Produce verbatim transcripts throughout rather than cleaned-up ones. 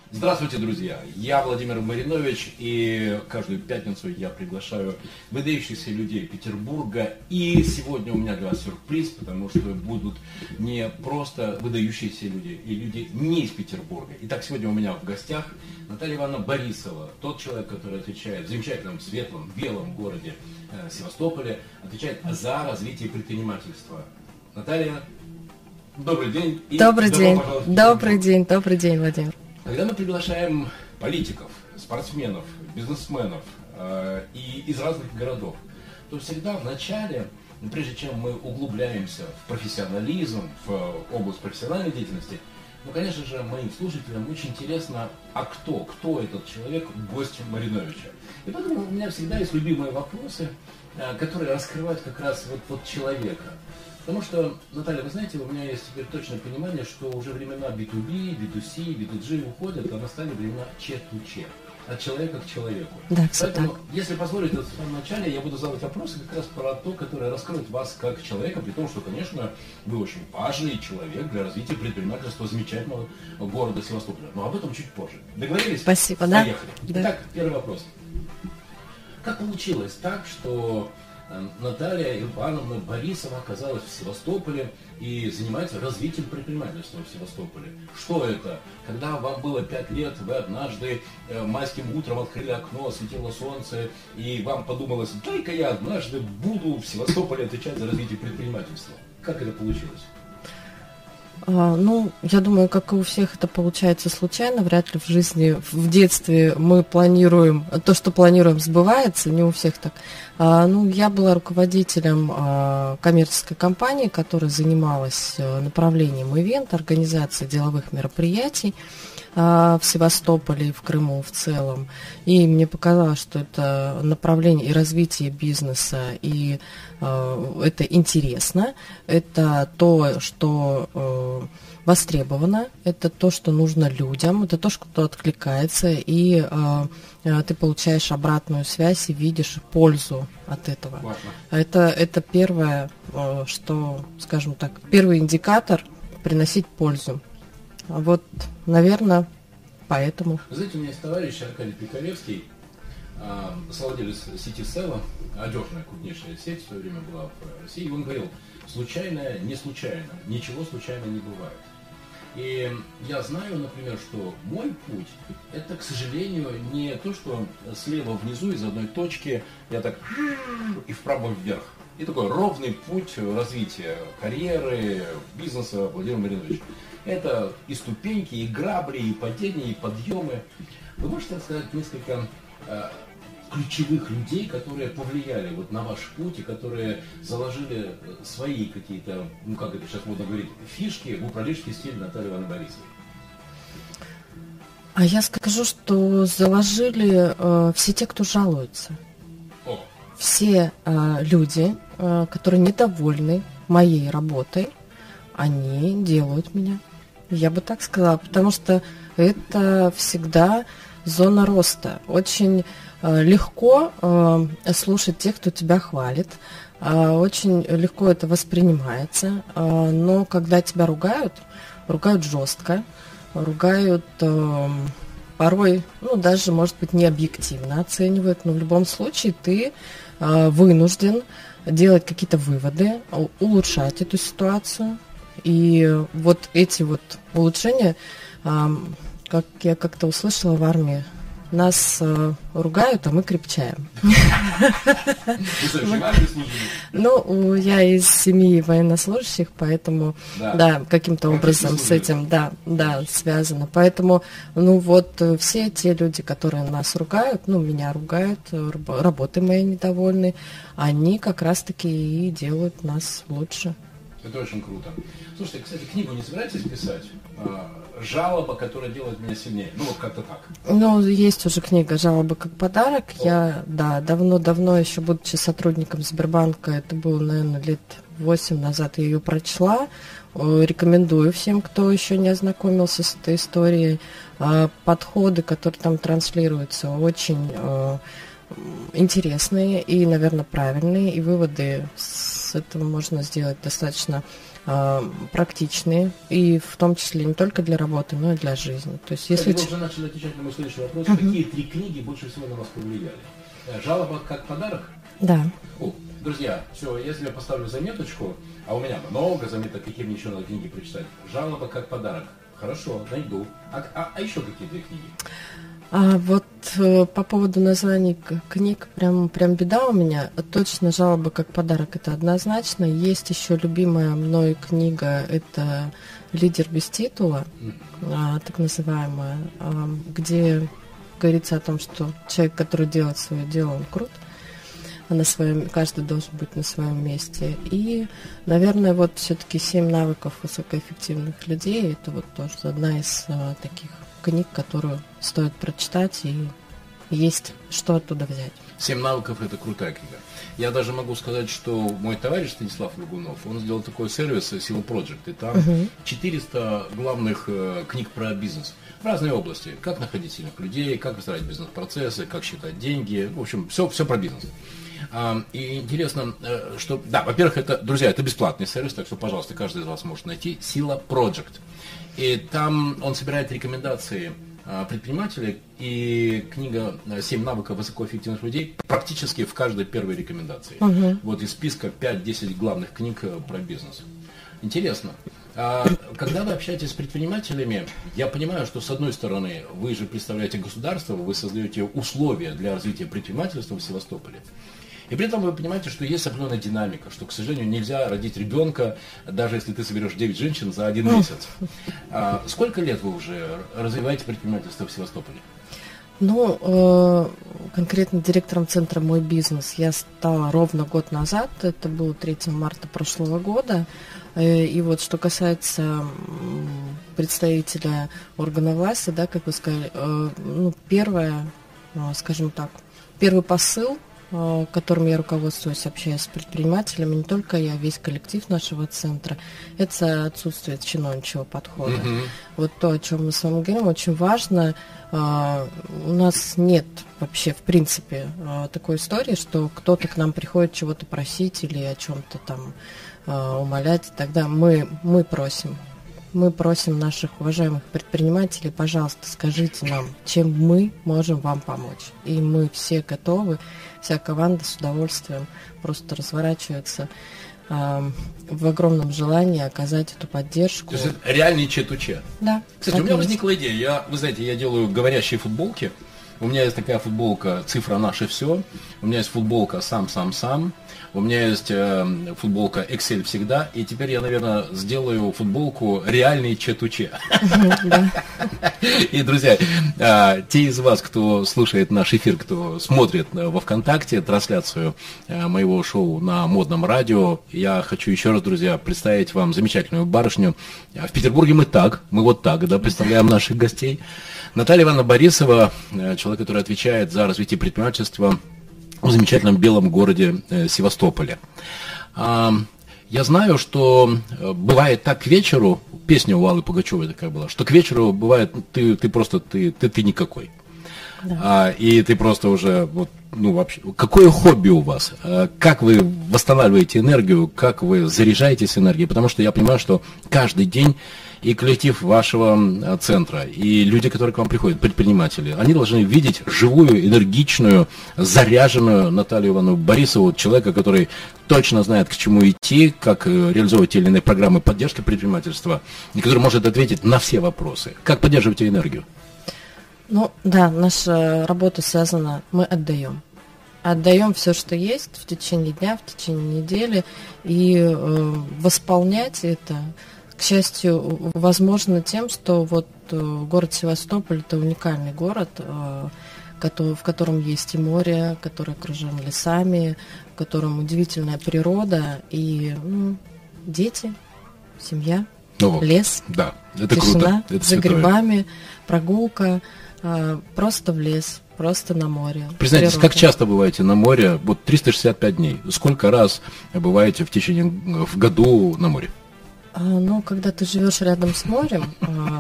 Здравствуйте, друзья! Я Владимир Маринович, и каждую пятницу я приглашаю выдающихся людей Петербурга. И сегодня у меня для вас сюрприз, потому что будут не просто выдающиеся люди, и люди не из Петербурга. Итак, сегодня у меня в гостях Наталья Ивановна Борисова, тот человек, который отвечает в замечательном, светлом, белом городе э, Севастополе, отвечает за развитие предпринимательства. Наталья, добрый день. И добрый день. Добрый день, добрый день, Владимир. Когда мы приглашаем политиков, спортсменов, бизнесменов э, и из разных городов, то всегда в начале, прежде чем мы углубляемся в профессионализм, в область профессиональной деятельности, ну, конечно же, моим слушателям очень интересно, а кто, кто этот человек, гость Мариновича. И поэтому у меня всегда есть любимые вопросы, э, которые раскрывают как раз вот, вот человека. Потому что, Наталья, вы знаете, у меня есть теперь точное понимание, что уже времена би ту би, би ту си, би ту джи уходят, а настали времена че ту че, от человека к человеку. Да, Поэтому, так. если позволите, в самом начале я буду задавать вопросы как раз про то, которое раскроет вас как человека, при том, что, конечно, вы очень важный человек для развития предпринимательства замечательного города Севастополя. Но об этом чуть позже. Договорились? Спасибо, Поехали. да. Да. Итак, первый вопрос. Как получилось так, что Наталья Ивановна Борисова оказалась в Севастополе и занимается развитием предпринимательства в Севастополе? Что это? Когда вам было пять лет, вы однажды э, майским утром открыли окно, светило солнце, и вам подумалось, дай-ка я однажды буду в Севастополе отвечать за развитие предпринимательства. Как это получилось? А, ну, я думаю, как и у всех это получается случайно, вряд ли в жизни, в детстве мы планируем, то, что планируем, сбывается, не у всех так. А, ну, я была руководителем а, коммерческой компании, которая занималась а, направлением ивент, организацией деловых мероприятий а, в Севастополе и в Крыму в целом. И мне показалось, что это направление и развитие бизнеса, и а, это интересно, это то, что а, востребовано, это то, что нужно людям, это то, что откликается, и э, ты получаешь обратную связь и видишь пользу от этого. Это, это первое, э, что, скажем так, первый индикатор приносить пользу. Вот, наверное, поэтому. Вы знаете, у меня есть товарищ Аркадий Пикалевский, э, совладелец сети Села, одежная крупнейшая сеть в свое время была в России, и он говорил, случайное не случайно, ничего случайно не бывает. И я знаю, например, что мой путь, это, к сожалению, не то, что слева внизу из одной точки я так и вправо вверх. И такой ровный путь развития карьеры, бизнеса Владимира Мариновича. Это и ступеньки, и грабли, и падения, и подъемы. Вы можете сказать несколько ключевых людей, которые повлияли вот на ваш путь и которые заложили свои какие-то, ну как это сейчас модно говорить, фишки в управленческий стиль Натальи Ивановны Борисовой? А я скажу, что заложили э, все те, кто жалуется. О. Все э, люди, э, которые недовольны моей работой, они делают меня. Я бы так сказала, потому что это всегда зона роста. Очень легко э, слушать тех, кто тебя хвалит, э, очень легко это воспринимается, э, но когда тебя ругают, ругают жестко, ругают э, порой, ну, даже, может быть, не объективно оценивают, но в любом случае ты э, вынужден делать какие-то выводы, улучшать эту ситуацию, и вот эти вот улучшения, э, как я как-то услышала в армии, нас э, ругают, а мы крепчаем. Ну, я из семьи военнослужащих, поэтому, да, каким-то образом с этим, да, да, связано. Поэтому, ну вот, все те люди, которые нас ругают, ну, меня ругают, работой моей недовольны, они как раз-таки и делают нас лучше. Это очень круто. Слушайте, кстати, книгу не собираетесь писать? «Жалоба, которая делает меня сильнее». Ну, вот как-то так. Ну, есть уже книга «Жалоба как подарок». О. Я, да, давно-давно, еще будучи сотрудником Сбербанка, это было, наверное, лет восемь назад, я ее прочла. Рекомендую всем, кто еще не ознакомился с этой историей. Подходы, которые там транслируются, очень интересные и, наверное, правильные. И выводы с этого можно сделать достаточно практичные, и в том числе не только для работы, но и для жизни. То есть, если... Вы уже начали отвечать на мой следующий вопрос. Uh-huh. Какие три книги больше всего на вас повлияли? «Жалоба как подарок»? Да. О, друзья, все, я себе поставлю заметочку, а у меня много заметок, какие мне еще надо книги прочитать. «Жалоба как подарок». Хорошо, найду. А, а, а еще какие две книги? А вот э, по поводу названий книг, прям, прям беда у меня. Точно «Жалоба как подарок» — это однозначно. Есть еще любимая мной книга, это «Лидер без титула», mm. а, так называемая, а, где говорится о том, что человек, который делает свое дело, он крут. А на своем, каждый должен быть на своем месте. И, наверное, вот все-таки «Семь навыков высокоэффективных людей» — это вот тоже одна из а, таких книг, которую стоит прочитать, и есть что оттуда взять. «Семь навыков» — это крутая книга. Я даже могу сказать, что мой товарищ Станислав Лугунов, он сделал такой сервис Сила Project, и там uh-huh. четыреста главных э, книг про бизнес в разные области. Как находить сильных людей, как выстраивать бизнес-процессы, как считать деньги, в общем, все, все про бизнес. А, и интересно, что, да, во-первых, это, друзья, это бесплатный сервис, так что, пожалуйста, каждый из вас может найти Сила Project. И там он собирает рекомендации предпринимателей, и книга «Семь навыков высокоэффективных людей» практически в каждой первой рекомендации. Угу. Вот из списка пять-десять главных книг про бизнес. Интересно. Когда вы общаетесь с предпринимателями, я понимаю, что с одной стороны вы же представляете государство, вы создаете условия для развития предпринимательства в Севастополе. И при этом вы понимаете, что есть определенная динамика, что, к сожалению, нельзя родить ребенка, даже если ты соберешь девять женщин за один месяц. А сколько лет вы уже развиваете предпринимательство в Севастополе? Ну, э, конкретно директором центра «Мой бизнес» я стала ровно год назад, это было третьего марта прошлого года. И вот что касается представителя органа власти, да, как вы сказали, э, ну, первое, э, скажем так, первый посыл, которым я руководствуюсь, общаясь с предпринимателями, не только я, весь коллектив нашего центра, это отсутствие чиновничьего подхода. Mm-hmm. Вот то, о чем мы с вами говорим, очень важно. У нас нет вообще, в принципе, такой истории, что кто-то к нам приходит чего-то просить или о чем-то там умолять. Тогда мы, мы просим. Мы просим наших уважаемых предпринимателей, пожалуйста, скажите нам, чем мы можем вам помочь. И мы все готовы, вся команда с удовольствием просто разворачивается э, в огромном желании оказать эту поддержку. То есть это реальный че-ту-че. Да. Кстати, у меня возникла идея. Я, вы знаете, я делаю говорящие футболки. У меня есть такая футболка «Цифра наше все». У меня есть футболка «Сам-сам-сам». У меня есть э, футболка Excel всегда, и теперь я, наверное, сделаю футболку реальный че-ту-че. И, друзья, те из вас, кто слушает наш эфир, кто смотрит во ВКонтакте трансляцию моего шоу на модном радио, я хочу еще раз, друзья, представить вам замечательную барышню. В Петербурге мы так, мы вот так, да, представляем наших гостей. Наталья Ивановна Борисова, человек, который отвечает за развитие предпринимательства в замечательном белом городе э, Севастополе. А, я знаю, что э, бывает так к вечеру, песня у Аллы Пугачевой такая была, что к вечеру бывает, ты, ты просто, ты, ты, ты никакой. Да. А, и ты просто уже, вот, ну вообще, какое хобби у вас? А, как вы восстанавливаете энергию, как вы заряжаетесь энергией? Потому что я понимаю, что каждый день и коллектив вашего центра, и люди, которые к вам приходят, предприниматели, они должны видеть живую, энергичную, заряженную Наталью Ивановну Борисову, человека, который точно знает, к чему идти, как реализовывать те или иные программы поддержки предпринимательства, и который может ответить на все вопросы. Как поддерживаете энергию? Ну, да, наша работа связана, мы отдаем. Отдаем все, что есть в течение дня, в течение недели, и э, восполнять это, к счастью, возможно тем, что вот э, город Севастополь – это уникальный город, э, который, в котором есть и море, который окружен лесами, в котором удивительная природа, и ну, дети, семья, О, лес, да, это тишина, круто. Это за грибами, прогулка, э, просто в лес. Просто на море. Признайтесь, как часто бываете на море? Вот триста шестьдесят пять дней. Сколько раз бываете в течение в году на море? А, ну, когда ты живешь рядом с морем, а, ты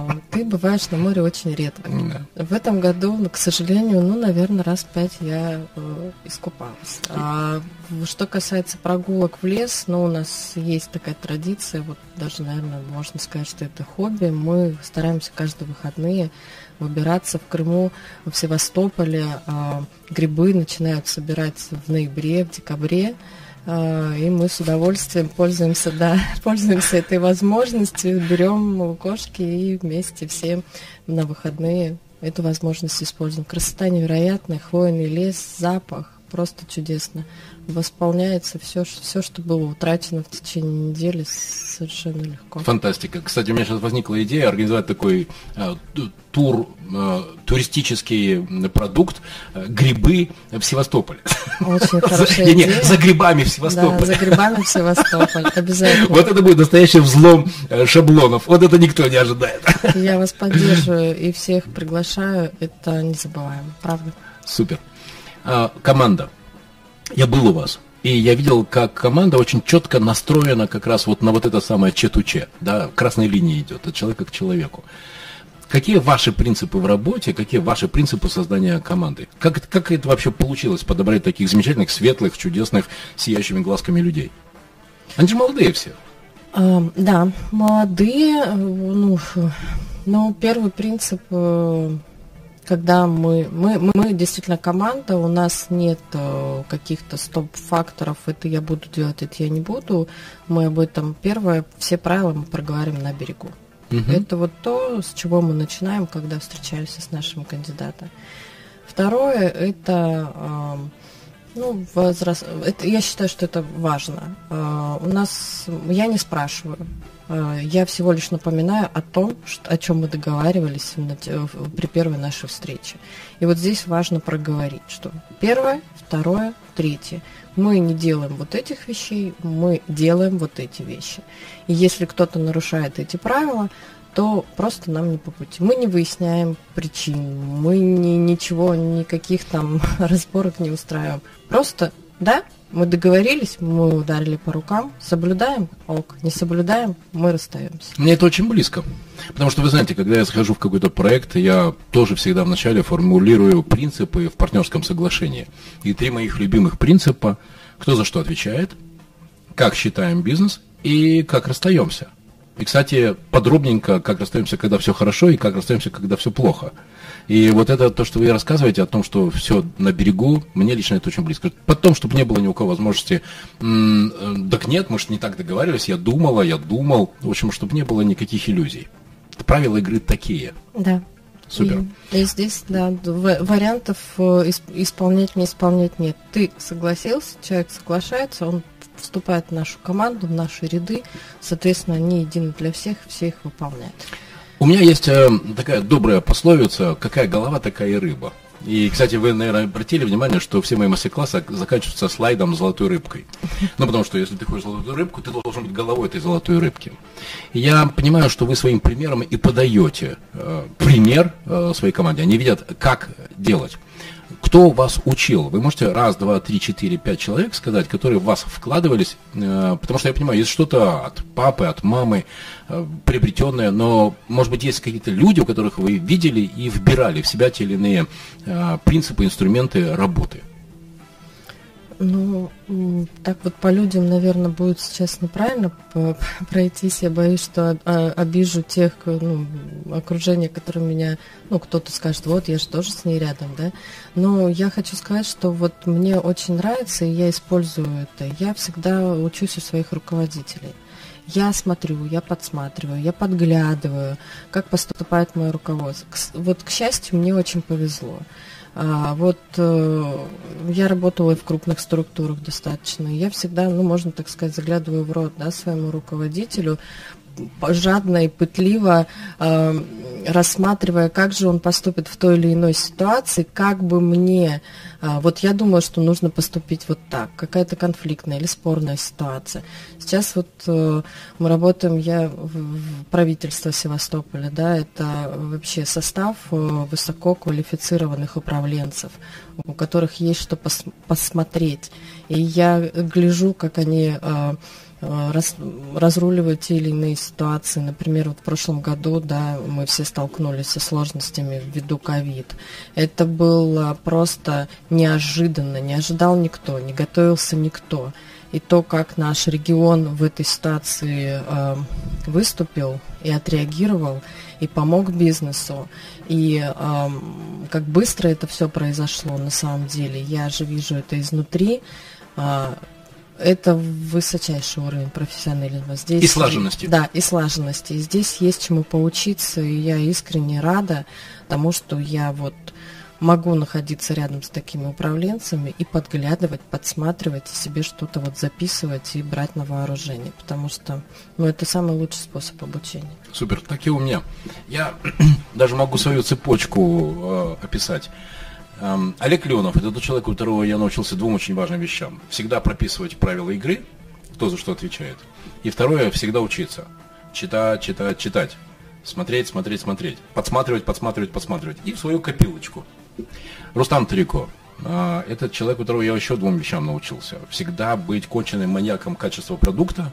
бываешь на море очень редко. Да. В этом году, ну, к сожалению, ну, наверное, раз пять я э, искупалась. А что касается прогулок в лес, ну, у нас есть такая традиция, вот даже, наверное, можно сказать, что это хобби. Мы стараемся каждые выходные выбираться в Крыму, в Севастополе. Э, грибы начинают собирать в ноябре, в декабре. И мы с удовольствием пользуемся, да, пользуемся этой возможностью, берем кошки и вместе все на выходные эту возможность используем. Красота невероятная, хвойный лес, запах, просто чудесно. Восполняется все, все, что было утрачено в течение недели, совершенно легко. Фантастика. Кстати, у меня сейчас возникла идея организовать такой э, тур, э, туристический продукт э, грибы в Севастополе. Очень хорошая идея. Не, за грибами в Севастополе. Да, за грибами в Севастополь, обязательно. Вот это будет настоящий взлом шаблонов. Вот это никто не ожидает. Я вас поддерживаю и всех приглашаю. Это незабываемо, правда. Супер. А, команда. Я был у вас, и я видел, как команда очень четко настроена как раз вот на вот это самое че-ту-че, да, красной линии идет, от человека к человеку. Какие ваши принципы в работе, какие ваши принципы создания команды? Как, как это вообще получилось, подобрать таких замечательных, светлых, чудесных, сияющими глазками людей? Они же молодые все. А, да, молодые, ну, ну, первый принцип... Когда мы, мы, мы действительно команда, у нас нет э, каких-то стоп-факторов, это я буду делать, это я не буду. Мы об этом, первое, все правила мы проговорим на берегу. Uh-huh. Это вот то, с чего мы начинаем, когда встречаемся с нашим кандидатом. Второе, это, э, ну, возраст, это, я считаю, что это важно. Э, у нас, я не спрашиваю. Я всего лишь напоминаю о том, что, о чем мы договаривались при первой нашей встрече. И вот здесь важно проговорить, что первое, второе, третье. Мы не делаем вот этих вещей, мы делаем вот эти вещи. И если кто-то нарушает эти правила, то просто нам не по пути. Мы не выясняем причин, мы ни, ничего, никаких там разборок не устраиваем. Просто, да, мы договорились, мы ударили по рукам, соблюдаем, ок, не соблюдаем, мы расстаемся. Мне это очень близко, потому что, вы знаете, когда я захожу в какой-то проект, я тоже всегда вначале формулирую принципы в партнерском соглашении. И три моих любимых принципа: кто за что отвечает, как считаем бизнес и как расстаемся. И, кстати, подробненько, как расстаемся, когда все хорошо, и как расстаемся, когда все плохо. И вот это то, что вы рассказываете о том, что все на берегу, мне лично это очень близко. Потом, чтобы не было ни у кого возможности, м-м, так нет, мы же не так договаривались, я думала, я думал. В общем, чтобы не было никаких иллюзий. Правила игры такие. Да. Супер. И, и здесь, да, вариантов исполнять, не исполнять нет. Ты согласился, человек соглашается, он вступает в нашу команду, в наши ряды, соответственно, они едины для всех, все их выполняют. У меня есть э, такая добрая пословица: какая голова, такая и рыба. И, кстати, вы, наверное, обратили внимание, что все мои мастер-классы заканчиваются слайдом с золотой рыбкой. Ну, потому что если ты хочешь золотую рыбку, ты должен быть головой этой золотой рыбки. И я понимаю, что вы своим примером и подаете э, пример э, своей команде. Они видят, как делать. Кто вас учил? Вы можете раз, два, три, четыре, пять человек сказать, которые в вас вкладывались, э, потому что я понимаю, есть что-то от папы, от мамы, э, приобретенное, но, может быть, есть какие-то люди, у которых вы видели и вбирали в себя те или иные э, принципы, инструменты работы. Ну, так вот по людям, наверное, будет сейчас неправильно пройтись. Я боюсь, что обижу тех, ну, окружения, которые меня, ну, кто-то скажет, вот, я же тоже с ней рядом, да. Но я хочу сказать, что вот мне очень нравится, и я использую это. Я всегда учусь у своих руководителей. Я смотрю, я подсматриваю, я подглядываю, как поступает мое руководство. Вот, к счастью, мне очень повезло. А, вот э, я работала и в крупных структурах достаточно. Я всегда, ну, можно так сказать, заглядываю в рот, да, своему руководителю, жадно и пытливо э, рассматривая, как же он поступит в той или иной ситуации, как бы мне, э, вот я думаю, что нужно поступить вот так, какая-то конфликтная или спорная ситуация. Сейчас вот э, мы работаем, я в, в правительство Севастополя, да, это вообще состав э, высококвалифицированных управленцев, у которых есть что пос- посмотреть. И я гляжу, как они... Э, раз, разруливать те или иные ситуации. Например, вот в прошлом году, да, мы все столкнулись со сложностями ввиду ковид. Это было просто неожиданно, не ожидал никто, не готовился никто. И то, как наш регион в этой ситуации э, выступил и отреагировал, и помог бизнесу, и э, как быстро это все произошло на самом деле, я же вижу это изнутри, э, это высочайший уровень профессионализма. Здесь, и слаженности. Да, и слаженности. И здесь есть чему поучиться, и я искренне рада тому, что я вот могу находиться рядом с такими управленцами и подглядывать, подсматривать, и себе что-то вот записывать и брать на вооружение, потому что, ну, это самый лучший способ обучения. Супер, так и у меня. Я даже могу свою цепочку э, описать. Эм, Олег Леонов – это тот человек, у которого я научился двум очень важным вещам. Всегда прописывать правила игры, кто за что отвечает. И второе – всегда учиться. Читать, читать, читать. Смотреть, смотреть, смотреть. Подсматривать, подсматривать, подсматривать. И в свою копилочку. Рустам Тарико. Это человек, у которого я еще двум вещам научился. Всегда быть конченным маньяком качества продукта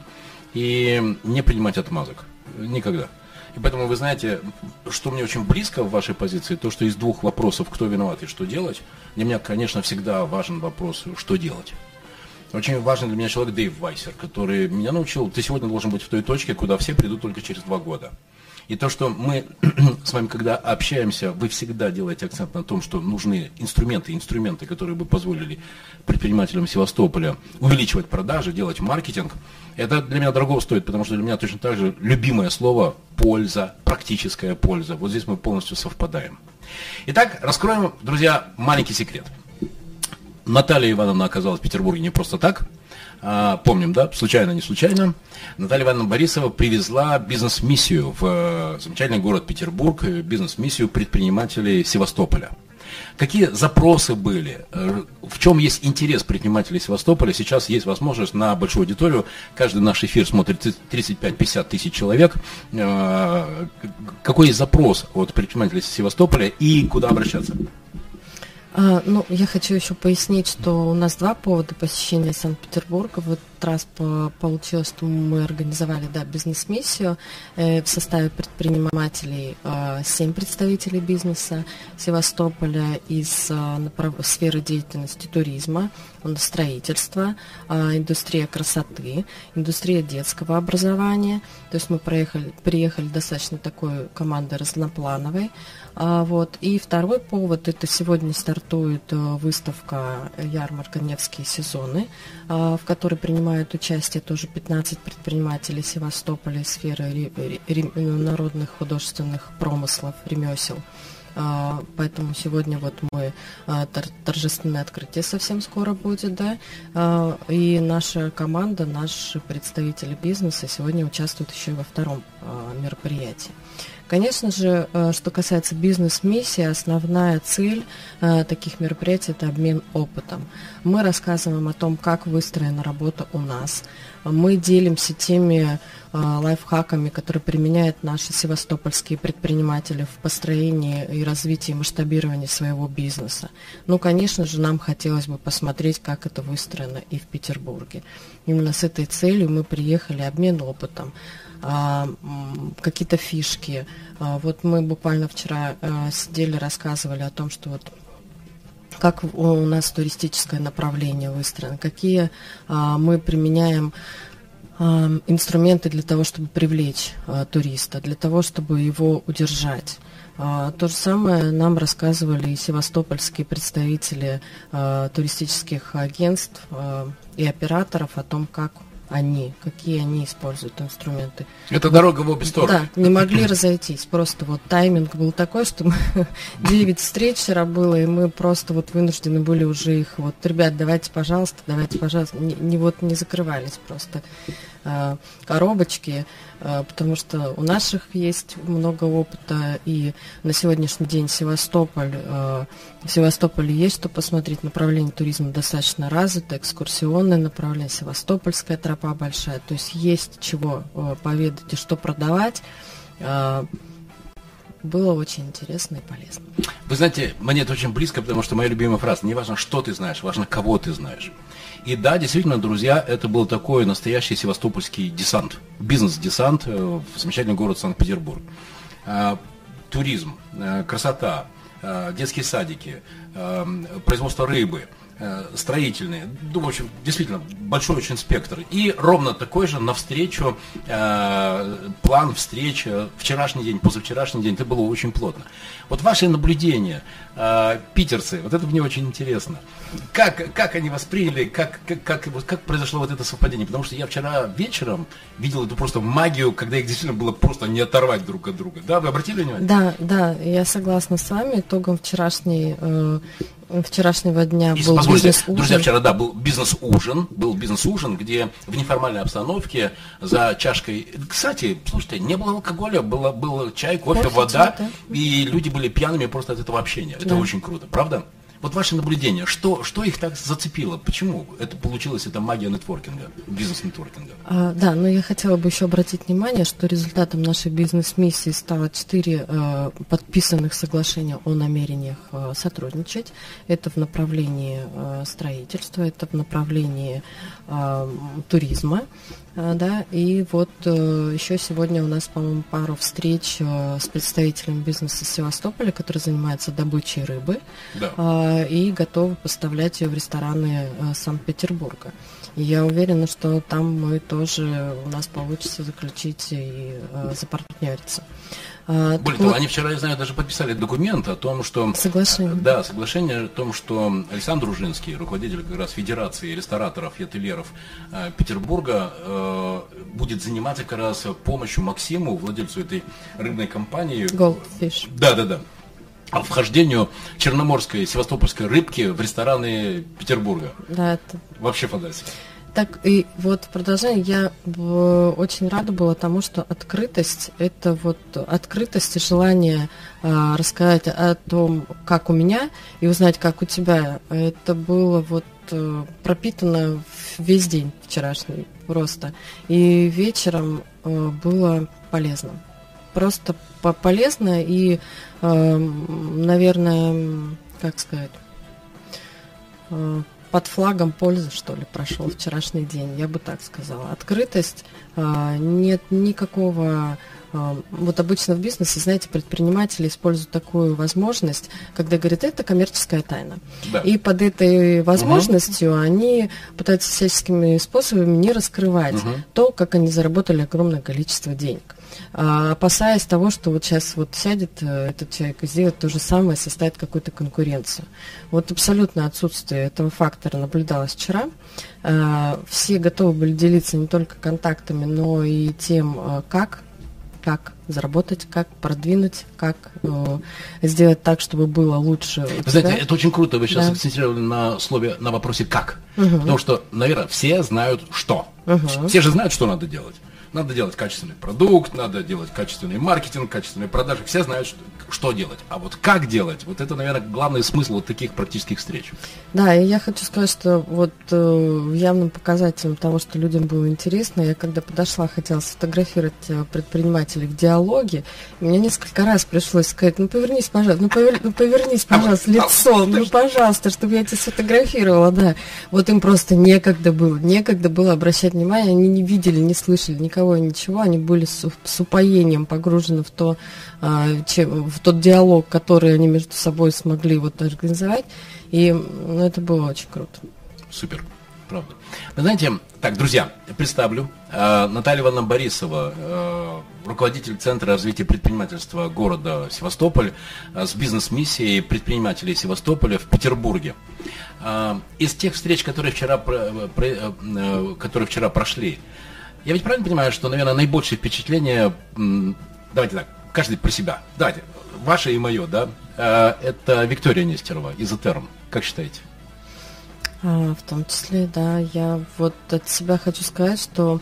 и не принимать отмазок. Никогда. И поэтому вы знаете, что мне очень близко в вашей позиции, то, что из двух вопросов, кто виноват и что делать, для меня, конечно, всегда важен вопрос, что делать. Очень важный для меня человек Дэйв Вайсер, который меня научил, ты сегодня должен быть в той точке, куда все придут только через два года. И то, что мы с вами, когда общаемся, вы всегда делаете акцент на том, что нужны инструменты, инструменты, которые бы позволили предпринимателям Севастополя увеличивать продажи, делать маркетинг, это для меня дорого стоит, потому что для меня точно так же любимое слово «польза», практическая польза. Вот здесь мы полностью совпадаем. Итак, раскроем, друзья, маленький секрет. Наталья Ивановна оказалась в Петербурге не просто так. А, помним, да, случайно, не случайно. Наталья Ивановна Борисова привезла бизнес-миссию в э, замечательный город Петербург, бизнес-миссию предпринимателей Севастополя. Какие запросы были, э, в чем есть интерес предпринимателей Севастополя? Сейчас есть возможность на большую аудиторию, каждый наш эфир смотрит тридцать пять - пятьдесят тысяч человек. Э, какой есть запрос от предпринимателей Севастополя и куда обращаться? А, ну, я хочу еще пояснить, что у нас два повода посещения Санкт-Петербурга. В этот раз по, получилось, что мы организовали, да, бизнес-миссию э, в составе предпринимателей, э, семь представителей бизнеса Севастополя из э, направ... сферы деятельности туризма, строительства, э, индустрия красоты, индустрия детского образования. То есть мы проехали, приехали достаточно такой командой разноплановой. А, вот. И второй повод – это сегодня стартует а, выставка «Ярмарка. Невские сезоны», а, в которой принимают участие тоже пятнадцать предпринимателей Севастополя из сферы ре, ре, ре, народных художественных промыслов, ремесел. А, поэтому сегодня вот мы а, тор, торжественное открытие совсем скоро будет, да, а, и наша команда, наши представители бизнеса сегодня участвуют еще и во втором а, мероприятии. Конечно же, что касается бизнес-миссии, основная цель э, таких мероприятий – это обмен опытом. Мы рассказываем о том, как выстроена работа у нас. Мы делимся теми э, лайфхаками, которые применяют наши севастопольские предприниматели в построении и развитии, масштабировании своего бизнеса. Ну, конечно же, нам хотелось бы посмотреть, как это выстроено и в Петербурге. Именно с этой целью мы приехали, обмен опытом. А, какие-то фишки. А, вот мы буквально вчера а, сидели, рассказывали о том, что вот как у нас туристическое направление выстроено, какие а, мы применяем а, инструменты для того, чтобы привлечь а, туриста, для того, чтобы его удержать. А, то же самое нам рассказывали и севастопольские представители а, туристических агентств а, и операторов о том, как они, какие они используют инструменты. Это дорога в обе стороны. Да, не могли разойтись. Просто вот тайминг был такой, что девять встреч вчера было, и мы просто вот вынуждены были уже их вот, ребят, давайте, пожалуйста, давайте, пожалуйста, не, не вот не закрывались просто э, коробочки, э, потому что у наших есть много опыта, и на сегодняшний день Севастополь, э, в Севастополе есть что посмотреть, направление туризма достаточно развито, экскурсионное направление, севастопольская тропа большая, то есть есть чего э, поведать и что продавать. было очень интересно и полезно. Вы знаете, мне это очень близко, потому что моя любимая фраза: не важно, что ты знаешь, важно, кого ты знаешь. И да, действительно, друзья, это был такой настоящий севастопольский десант, бизнес-десант в замечательный город Санкт-Петербург. Туризм, красота, детские садики, производство рыбы, строительные, ну, в общем, действительно, большой очень спектр. И ровно такой же навстречу э, план встреч, вчерашний день, позавчерашний день, это было очень плотно. Вот ваши наблюдения, э, питерцы, вот это мне очень интересно. Как, как они восприняли, как, как, как, как произошло вот это совпадение? Потому что я вчера вечером видел эту просто магию, когда их действительно было просто не оторвать друг от друга. Да, вы обратили внимание? Да, да, я согласна с вами. Итогом вчерашней э, вчерашнего дня И, был бизнес-ужин. Друзья, вчера, да, был бизнес-ужин, был бизнес-ужин, где в неформальной обстановке за чашкой, кстати, слушайте, не было алкоголя, было, был чай, кофе, кофе вода, да. И люди были пьяными просто от этого общения. Это да. Очень круто, правда? Вот ваши наблюдения, что, что их так зацепило? Почему это получилось, эта магия нетворкинга, бизнес-нетворкинга? А, да, но я хотела бы еще обратить внимание, что результатом нашей бизнес-миссии стало четыре э, подписанных соглашения о намерениях э, сотрудничать. Это в направлении э, строительства, это в направлении э, туризма. Да, и вот э, еще сегодня у нас, по-моему, пару встреч э, с представителем бизнеса Севастополя, который занимается добычей рыбы, да. э, и готовы поставлять ее в рестораны э, Санкт-Петербурга. И я уверена, что там мы тоже, у нас получится заключить и э, запартнериться. Более так того, вот, они вчера, я знаю, даже подписали документ о том, что... Соглашение. Да, соглашение о том, что Александр Дружинский, руководитель как раз Федерации рестораторов и ательеров э, Петербурга, э, будет заниматься как раз помощью Максиму, владельцу этой рыбной компании. Goldfish. Да, да, да. О вхождению черноморской, севастопольской рыбки в рестораны Петербурга. Да, это... Вообще фантастика. Так, и вот в продолжение я в, очень рада была тому, что открытость, это вот открытость и желание а, рассказать о том, как у меня, и узнать, как у тебя, это было вот а, пропитано весь день вчерашний просто. И вечером а, было полезно. Просто по полезно и, а, наверное, как сказать... А, под флагом пользы, что ли, прошел вчерашний день, я бы так сказала. Открытость, нет никакого... Вот обычно в бизнесе, знаете, предприниматели используют такую возможность, когда говорят, это коммерческая тайна. Да. И под этой возможностью угу. они пытаются всяческими способами не раскрывать угу. то, как они заработали огромное количество денег. Опасаясь того, что вот сейчас вот сядет этот человек и сделает то же самое, составит какую-то конкуренцию. Вот абсолютно отсутствие этого фактора наблюдалось вчера. Все готовы были делиться не только контактами, но и тем, как, как заработать, как продвинуть, как э, сделать так, чтобы было лучше. Вы знаете, это очень круто, вы сейчас да. акцентировали на слове, на вопросе «как». Угу. Потому что, наверное, все знают, что. Угу. Все же знают, что надо делать. Надо делать качественный продукт, надо делать качественный маркетинг, качественные продажи. Все знают, что, что делать. А вот как делать, вот это, наверное, главный смысл вот таких практических встреч. Да, и я хочу сказать, что вот э, явным показателем того, что людям было интересно, я когда подошла, хотела сфотографировать предпринимателей в диалоге, мне несколько раз пришлось сказать, ну повернись, пожалуйста, ну, повер, ну повернись, пожалуйста, лицом, ну пожалуйста, чтобы я тебя сфотографировала, да. Вот им просто некогда было, некогда было обращать внимание, они не видели, не слышали никого, ничего, они были с, с упоением погружены в, то, а, чем, в тот диалог, который они между собой смогли вот организовать, и ну, это было очень круто. Супер, правда. Вы знаете, так, друзья, представлю, э, Наталья Ивановна Борисова, э, руководитель Центра развития предпринимательства города Севастополь, э, с бизнес-миссией предпринимателей Севастополя в Петербурге. Э, из тех встреч, которые вчера, про, про, э, которые вчера прошли, я ведь правильно понимаю, что, наверное, наибольшее впечатление, давайте так, каждый про себя, давайте, ваше и мое, да, это Виктория Нестерова из Этерм, как считаете? А, в том числе, да, я вот от себя хочу сказать, что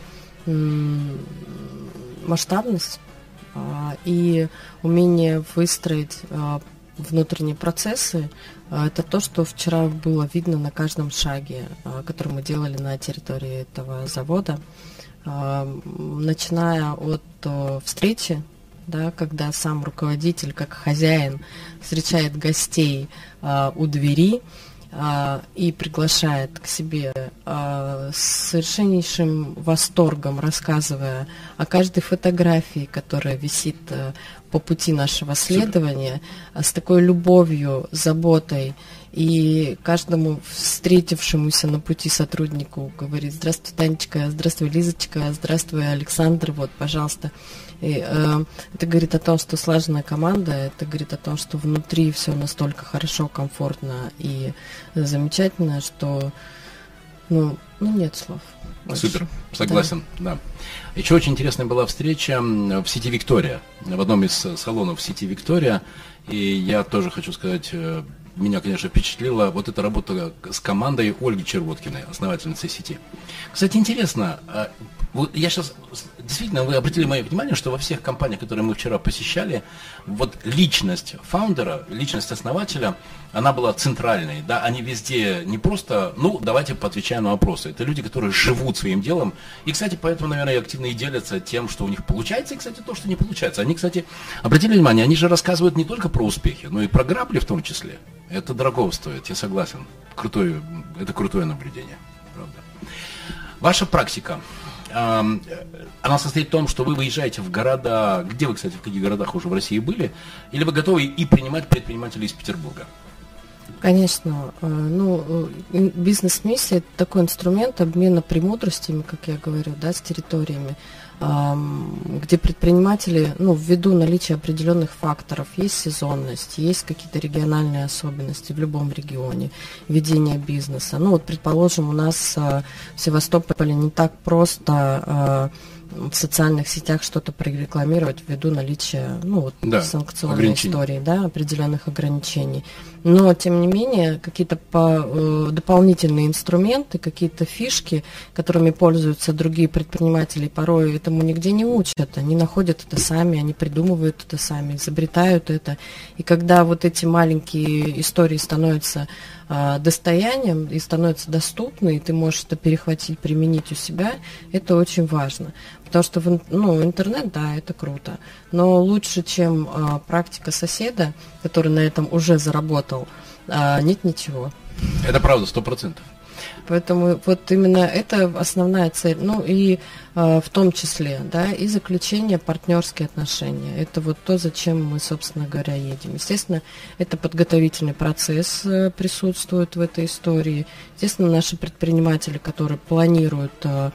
м- масштабность а, и умение выстроить а, внутренние процессы, а, это то, что вчера было видно на каждом шаге, а, который мы делали на территории этого завода. Начиная от встречи да, когда сам руководитель, как хозяин, встречает гостей а, у двери а, и приглашает к себе а, с совершеннейшим восторгом, рассказывая о каждой фотографии, которая висит а, по пути нашего следования, а, с такой любовью, заботой. И каждому встретившемуся на пути сотруднику говорит: здравствуй, Танечка, здравствуй, Лизочка, здравствуй, Александр, вот, пожалуйста. И, э, это говорит о том, что слаженная команда, это говорит о том, что внутри все настолько хорошо, комфортно и замечательно, что, ну, ну нет слов. Больше. Супер, согласен, да. да. Еще очень интересная была встреча в сети «Виктория», в одном из салонов сети «Виктория», и я тоже хочу сказать... Меня, конечно, впечатлила вот эта работа с командой Ольги Червоткиной, основательницей сети. Кстати, интересно, вот я сейчас, действительно, вы обратили мое внимание, что во всех компаниях, которые мы вчера посещали, вот личность фаундера, личность основателя, она была центральной, да, они везде не просто, ну, давайте поотвечаем на вопросы. Это люди, которые живут своим делом, и, кстати, поэтому, наверное, активно и делятся тем, что у них получается, и, кстати, то, что не получается. Они, кстати, обратили внимание, они же рассказывают не только про успехи, но и про грабли в том числе. Это дорого стоит, я согласен. Крутое, это крутое наблюдение, правда. Ваша практика, э, она состоит в том, что вы выезжаете в города, где вы, кстати, в каких городах уже в России были, или вы готовы и принимать предпринимателей из Петербурга? Конечно. Ну, бизнес-миссия – это такой инструмент обмена премудростями, как я говорю, да, с территориями, где предприниматели, ну, ввиду наличия определенных факторов, есть сезонность, есть какие-то региональные особенности в любом регионе, ведение бизнеса. Ну, вот, предположим, у нас в Севастополе не так просто в социальных сетях что-то прорекламировать ввиду наличия, ну, вот, да, санкционной истории, да, определенных ограничений. Но, тем не менее, какие-то по, э, дополнительные инструменты, какие-то фишки, которыми пользуются другие предприниматели, порой этому нигде не учат. Они находят это сами, они придумывают это сами, изобретают это. И когда вот эти маленькие истории становятся э, достоянием и становятся доступны, и ты можешь это перехватить, применить у себя, это очень важно. Потому что, в, ну, интернет, да, это круто, но лучше, чем а, практика соседа, который на этом уже заработал, а, нет ничего. Это правда, сто процентов. Поэтому вот именно это основная цель. Ну и а, в том числе, да, и заключение партнерские отношения. Это вот то, зачем мы, собственно говоря, едем. Естественно, это подготовительный процесс а, присутствует в этой истории. Естественно, наши предприниматели, которые планируют а,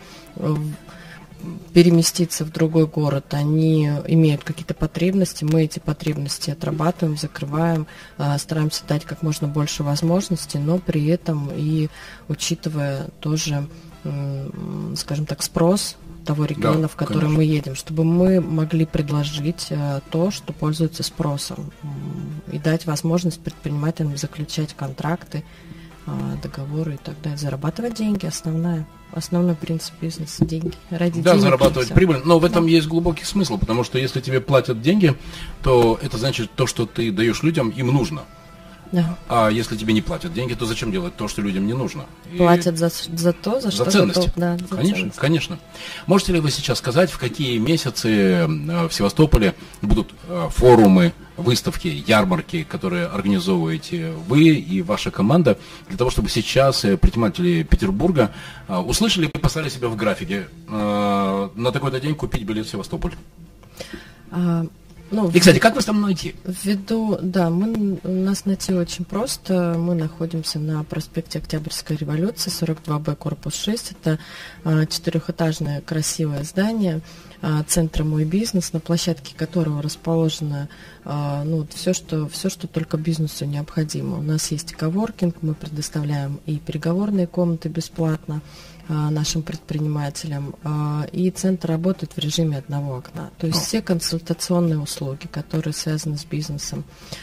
переместиться в другой город, они имеют какие-то потребности, мы эти потребности отрабатываем, закрываем, стараемся дать как можно больше возможностей, но при этом и учитывая тоже, скажем так, спрос того региона, да, в который конечно. Мы едем, чтобы мы могли предложить то, что пользуется спросом, и дать возможность предпринимателям заключать контракты, договоры и так далее, зарабатывать деньги, основная, основной принцип бизнеса, деньги, ради да, денег. Да, зарабатывать прибыль, но в этом да. есть глубокий смысл, потому что если тебе платят деньги, то это значит, то, что ты даешь людям, им нужно. Да. А если тебе не платят деньги, то зачем делать то, что людям не нужно? Платят и... за, за то, за, за что ценность. Готов, да, за конечно, ценность. Конечно. Можете ли вы сейчас сказать, в какие месяцы в Севастополе будут форумы, выставки, ярмарки, которые организовываете вы и ваша команда, для того, чтобы сейчас предприниматели Петербурга услышали и поставили себя в графике на такой-то день купить билет в Севастополь? А... Ну, и, кстати, как вас там найти? Ввиду, да, мы, у нас найти очень просто. Мы находимся на проспекте Октябрьской революции, сорок два Б, корпус шесть. Это а, четырехэтажное красивое здание а, центра «Мой бизнес», на площадке которого расположено а, ну, все, что, все, что только бизнесу необходимо. У нас есть и коворкинг, мы предоставляем и переговорные комнаты бесплатно нашим предпринимателям, и центр работает в режиме одного окна. То есть все консультационные услуги, которые связаны с бизнесом,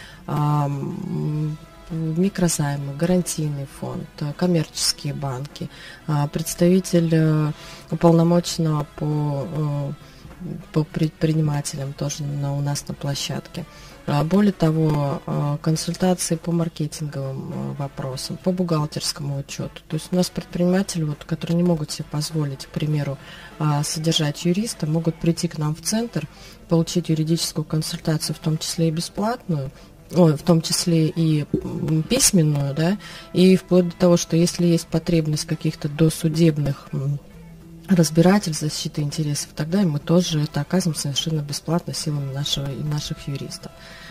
микрозаймы, гарантийный фонд, коммерческие банки, представитель уполномоченного по, по предпринимателям тоже на, у нас на площадке. Более того, консультации по маркетинговым вопросам, по бухгалтерскому учету. То есть у нас предприниматели, вот, которые не могут себе позволить, к примеру, содержать юриста, могут прийти к нам в центр, получить юридическую консультацию, в том числе и бесплатную, ой, в том числе и письменную, да, и вплоть до того, что если есть потребность каких-то досудебных разбирательств, защиты интересов, тогда мы тоже это оказываем совершенно бесплатно силами нашего и наших юристов.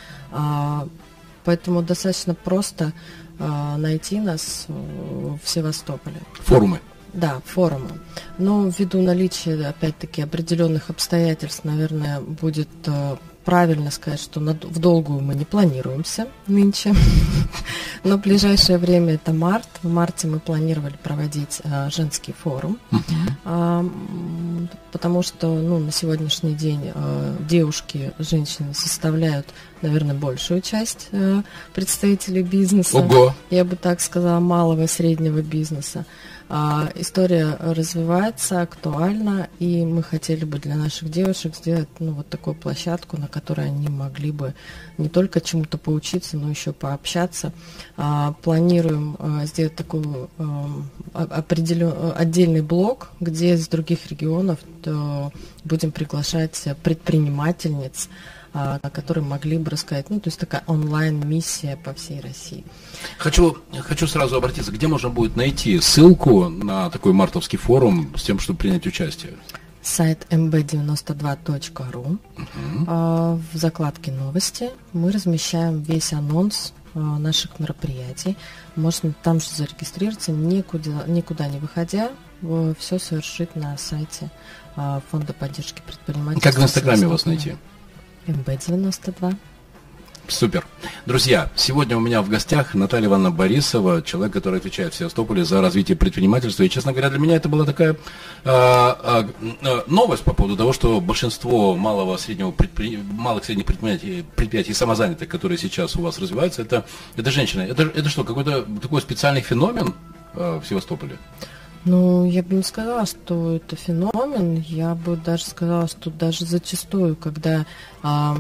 А, поэтому достаточно просто а, найти нас в Севастополе. Форумы. Да, форумы. Но ввиду наличия, опять-таки, определенных обстоятельств, наверное, будет а, правильно сказать, что на, в долгую мы не планируемся нынче, но в ближайшее время это март. В марте мы планировали проводить а, женский форум, а, потому что ну, на сегодняшний день а, девушки, женщины составляют, наверное, большую часть а, представителей бизнеса. Ого! Я бы так сказала, малого и среднего бизнеса. А, история развивается, актуальна, и мы хотели бы для наших девушек сделать ну, вот такую площадку, на которой они могли бы не только чему-то поучиться, но еще пообщаться. А, планируем а, сделать такой а, определен... отдельный блок, где из других регионов то будем приглашать предпринимательниц, которые могли бы рассказать, ну, то есть такая онлайн-миссия по всей России. Хочу, хочу сразу обратиться, где можно будет найти ссылку на такой мартовский форум с тем, чтобы принять участие? Сайт эм бэ девяносто два точка ру. Uh-huh. В закладке «Новости» мы размещаем весь анонс наших мероприятий. Можно там же зарегистрироваться, никуда, никуда не выходя, все совершить на сайте Фонда поддержки предпринимательства. Как в Инстаграме вас найти? эм бэ девяносто два. Супер. Друзья, сегодня у меня в гостях Наталья Ивановна Борисова, человек, который отвечает в Севастополе за развитие предпринимательства. И, честно говоря, для меня это была такая э, э, новость по поводу того, что большинство малого, среднего предпри... малых средних предприятий, предприятий самозанятых, которые сейчас у вас развиваются, это, это женщины. Это, это что, какой-то такой специальный феномен э, в Севастополе? Ну, я бы не сказала, что это феномен. Я бы даже сказала, что даже зачастую, когда а,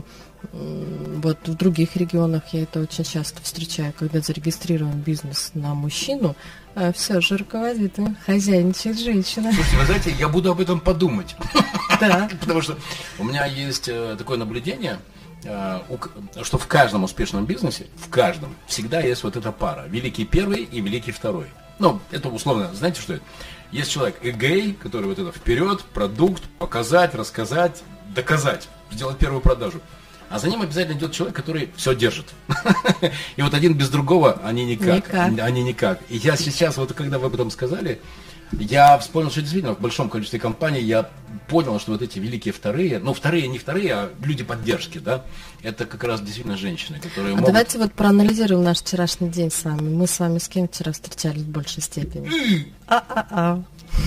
вот в других регионах я это очень часто встречаю, когда зарегистрирован бизнес на мужчину, а, все же руководит им, хозяйничает женщина. Слушайте, вы знаете, я буду об этом подумать. Да. Потому что у меня есть такое наблюдение, что в каждом успешном бизнесе, в каждом, всегда есть вот эта пара. Великий первый и великий второй. Ну, это условно, знаете, что это? Есть человек эгей, который вот это вперед, продукт, показать, рассказать, доказать, сделать первую продажу. А за ним обязательно идет человек, который все держит. И вот один без другого, они никак. никак. Они никак. И я сейчас, вот когда вы об этом сказали, я вспомнил, что действительно в большом количестве компаний я понял, что вот эти великие вторые, ну вторые не вторые, а люди поддержки, да, это как раз действительно женщины, которые а могут... Давайте вот проанализируем наш вчерашний день с вами. Мы с вами с кем вчера встречались в большей степени? А-а-а.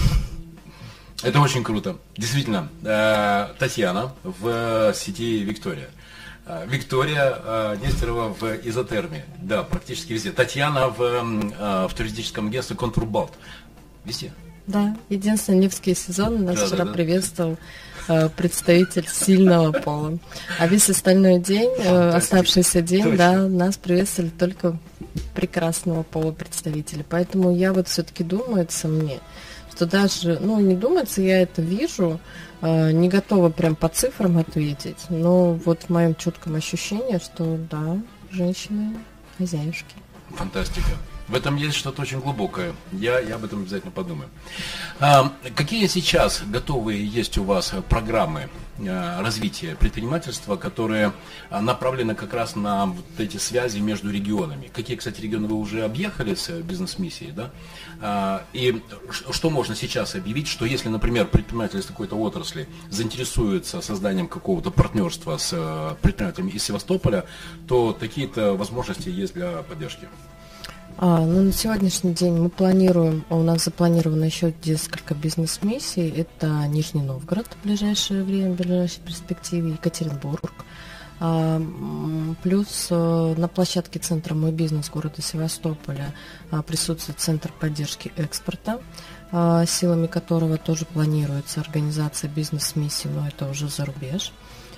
Это очень круто. Действительно, Татьяна в сети Виктория. Виктория Нестерова в изотерме. Да, практически везде. Татьяна в, в туристическом агентстве «Контурбалт». Везде. Да, единственный Невский сезон нас да, вчера да, да. приветствовал э, представитель сильного пола. А весь остальной день, э, оставшийся день, Точно. да, нас приветствовали только прекрасного пола представители. Поэтому я вот все-таки думается мне, что даже, ну не думается, я это вижу, э, не готова прям по цифрам ответить, но вот в моем чутком ощущении, что да, женщины хозяюшки. Фантастика. В этом есть что-то очень глубокое. Я, я об этом обязательно подумаю. А, какие сейчас готовые есть у вас программы а, развития предпринимательства, которые а, направлены как раз на вот эти связи между регионами? Какие, кстати, регионы вы уже объехали с бизнес-миссией, да? А, и что можно сейчас объявить, что если, например, предприниматель из какой-то отрасли заинтересуется созданием какого-то партнерства с а, предпринимателями из Севастополя, то такие-то возможности есть для поддержки? А, ну, на сегодняшний день мы планируем, у нас запланировано еще несколько бизнес-миссий. Это Нижний Новгород в ближайшее время, в ближайшей перспективе, Екатеринбург. А, плюс а, на площадке Центра «Мой бизнес» города Севастополя а, присутствует Центр поддержки экспорта, а, силами которого тоже планируется организация бизнес-миссий, но это уже за рубеж.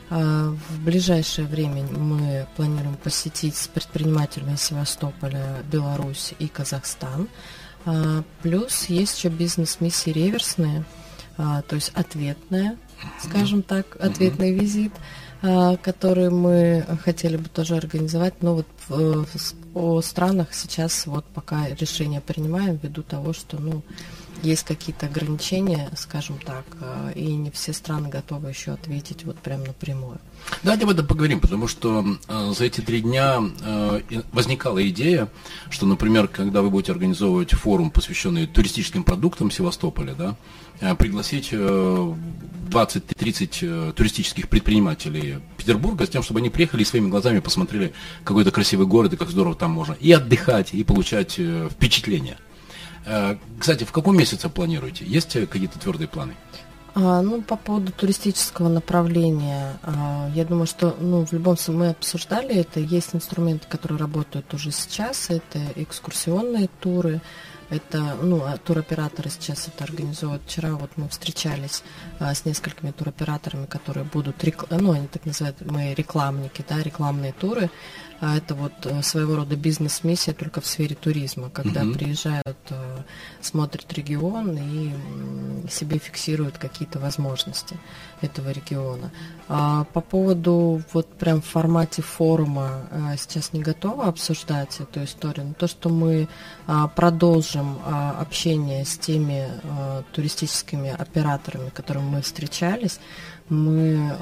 В ближайшее время мы планируем посетить с предпринимателями Севастополя, Беларусь и Казахстан. Плюс есть еще бизнес-миссии реверсные, то есть ответная, скажем так, ответный визит, который мы хотели бы тоже организовать, но вот в, о странах сейчас вот пока решение принимаем ввиду того, что, ну, есть какие-то ограничения, скажем так, и не все страны готовы еще ответить вот прям напрямую. Давайте об этом поговорим, потому что э, за эти три дня э, возникала идея, что, например, когда вы будете организовывать форум, посвященный туристическим продуктам Севастополя, да, э, пригласить э, двадцать-тридцать э, туристических предпринимателей Петербурга с тем, чтобы они приехали и своими глазами посмотрели какой-то красивый город и как здорово там можно и отдыхать, и получать э, впечатления. Кстати, в каком месяце планируете? Есть какие-то твердые планы? А, ну, по поводу туристического направления, а, я думаю, что, ну, в любом случае мы обсуждали это. Есть инструменты, которые работают уже сейчас. Это экскурсионные туры. Это, ну, туроператоры сейчас это организуют. Вчера вот мы встречались а, с несколькими туроператорами, которые будут, рекл... ну, они так называют, мы рекламники, да, рекламные туры. А это вот своего рода бизнес-миссия только в сфере туризма, когда uh-huh. приезжают, смотрят регион и себе фиксируют какие-то возможности этого региона. А по поводу вот прям в формате форума сейчас не готова обсуждать эту историю, но то, что мы продолжим общение с теми туристическими операторами, которыми мы встречались, мы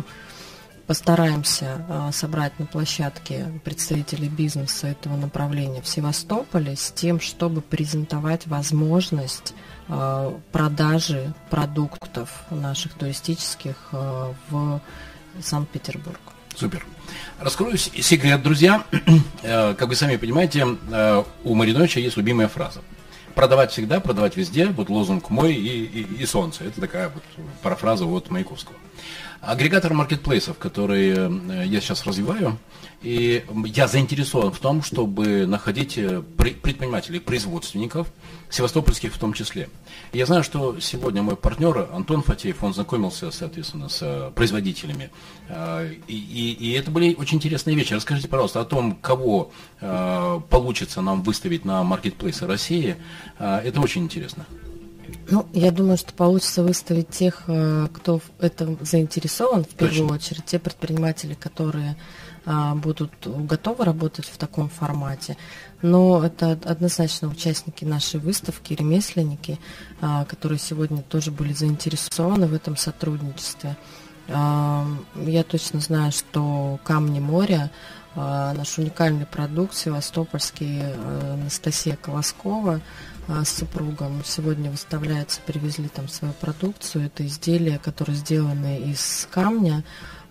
постараемся э, собрать на площадке представителей бизнеса этого направления в Севастополе с тем, чтобы презентовать возможность э, продажи продуктов наших туристических э, в Санкт-Петербург. Супер. Раскрою секрет, друзья. Как вы сами понимаете, у Мариновича есть любимая фраза. Продавать всегда, продавать везде. Вот лозунг мой и, и, и солнце. Это такая вот парафраза от Маяковского. Агрегатор маркетплейсов, которые я сейчас развиваю, и я заинтересован в том, чтобы находить предпринимателей, производственников, севастопольских в том числе. И я знаю, что сегодня мой партнер Антон Фатеев, он знакомился, соответственно, с производителями. И, и, и это были очень интересные вещи. Расскажите, пожалуйста, о том, кого получится нам выставить на маркетплейсы России. Это очень интересно. Ну, я думаю, что получится выставить тех, кто в этом заинтересован, в первую Точно. очередь, те предприниматели, которые а, будут готовы работать в таком формате. Но это однозначно участники нашей выставки, ремесленники, а, которые сегодня тоже были заинтересованы в этом сотрудничестве. А, я точно знаю, что «Камни моря», а, наш уникальный продукт севастопольский, а, Анастасия Колоскова, с супругом сегодня выставляется, привезли там свою продукцию. Это изделия, которые сделаны из камня,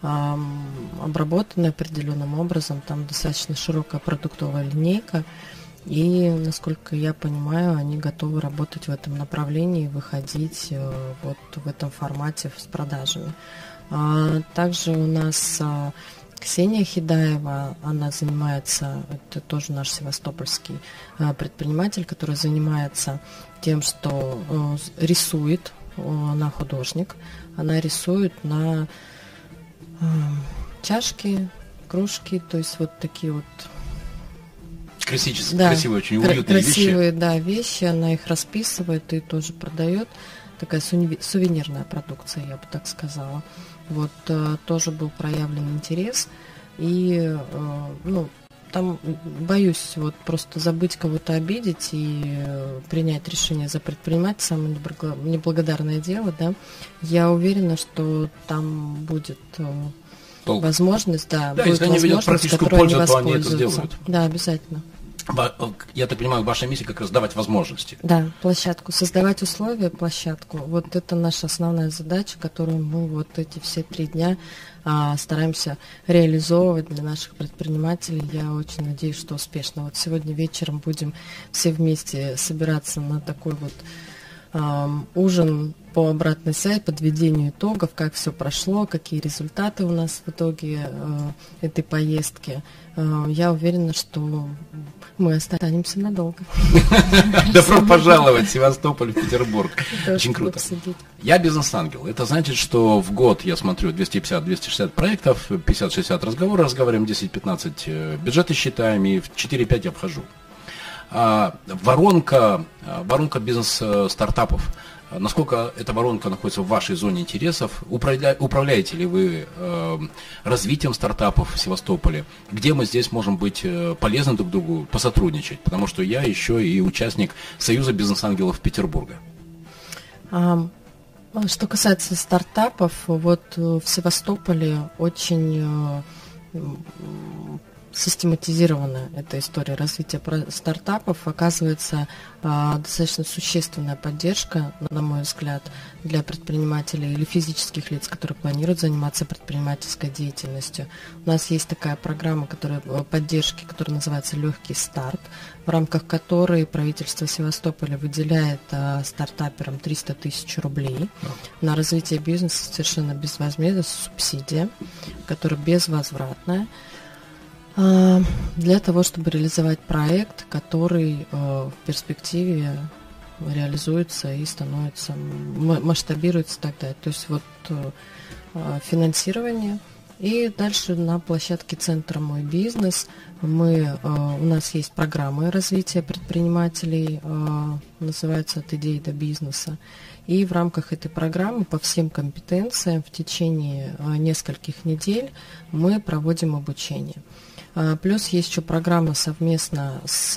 обработаны определенным образом. Там достаточно широкая продуктовая линейка. И, насколько я понимаю, они готовы работать в этом направлении, выходить вот в этом формате с продажами. Также у нас Ксения Хидаева, она занимается, это тоже наш севастопольский предприниматель, который занимается тем, что рисует, она художник, она рисует на чашки, кружки, то есть вот такие вот Классические, да, красивые, очень уютные красивые, вещи. Да, вещи, она их расписывает и тоже продает. Такая сувенирная продукция, я бы так сказала. Вот э, тоже был проявлен интерес, и э, ну, там боюсь вот просто забыть кого-то обидеть и э, принять решение за предпринимать самое неблагодарное дело, да. Я уверена, что там будет э, возможность, да, да, будет если они видят практическую пользу, то они это сделают. Да, обязательно. Я так понимаю, ваша миссия как раз давать возможности. Да, площадку, создавать условия, площадку. Вот это наша основная задача, которую мы вот эти все три дня а, стараемся реализовывать для наших предпринимателей. Я очень надеюсь, что успешно. Вот сегодня вечером будем все вместе собираться на такой вот а, ужин по обратной связи, подведению итогов, как все прошло, какие результаты у нас в итоге э, этой поездки. Э, я уверена, что мы останемся надолго. Добро пожаловать в Севастополь, в Петербург. Очень круто. Я бизнес-ангел. Это значит, что в год я смотрю двести пятьдесят - двести шестьдесят проектов, пятьдесят - шестьдесят разговоров, разговариваем, десять - пятнадцать бюджеты считаем, и в четыре - пять я вхожу. А, воронка, воронка бизнес-стартапов. Насколько эта воронка находится в вашей зоне интересов? Управля, управляете ли вы э, развитием стартапов в Севастополе? Где мы здесь можем быть полезны друг другу, посотрудничать? Потому что я еще и участник Союза бизнес-ангелов Петербурга. А, что касается стартапов, вот в Севастополе очень систематизирована эта история развития стартапов. Оказывается, достаточно существенная поддержка, на мой взгляд, для предпринимателей или физических лиц, которые планируют заниматься предпринимательской деятельностью. У нас есть такая программа которая, поддержки, которая называется «Легкий старт», в рамках которой правительство Севастополя выделяет стартаперам триста тысяч рублей на развитие бизнеса совершенно безвозмездно, субсидия, которая безвозвратная, для того, чтобы реализовать проект, который в перспективе реализуется и становится, масштабируется и так далее. То есть вот финансирование. И дальше на площадке центра «Мой бизнес» мы, у нас есть программы развития предпринимателей, называется «От идеи до бизнеса». И в рамках этой программы по всем компетенциям в течение нескольких недель мы проводим обучение. Плюс есть еще программа совместно с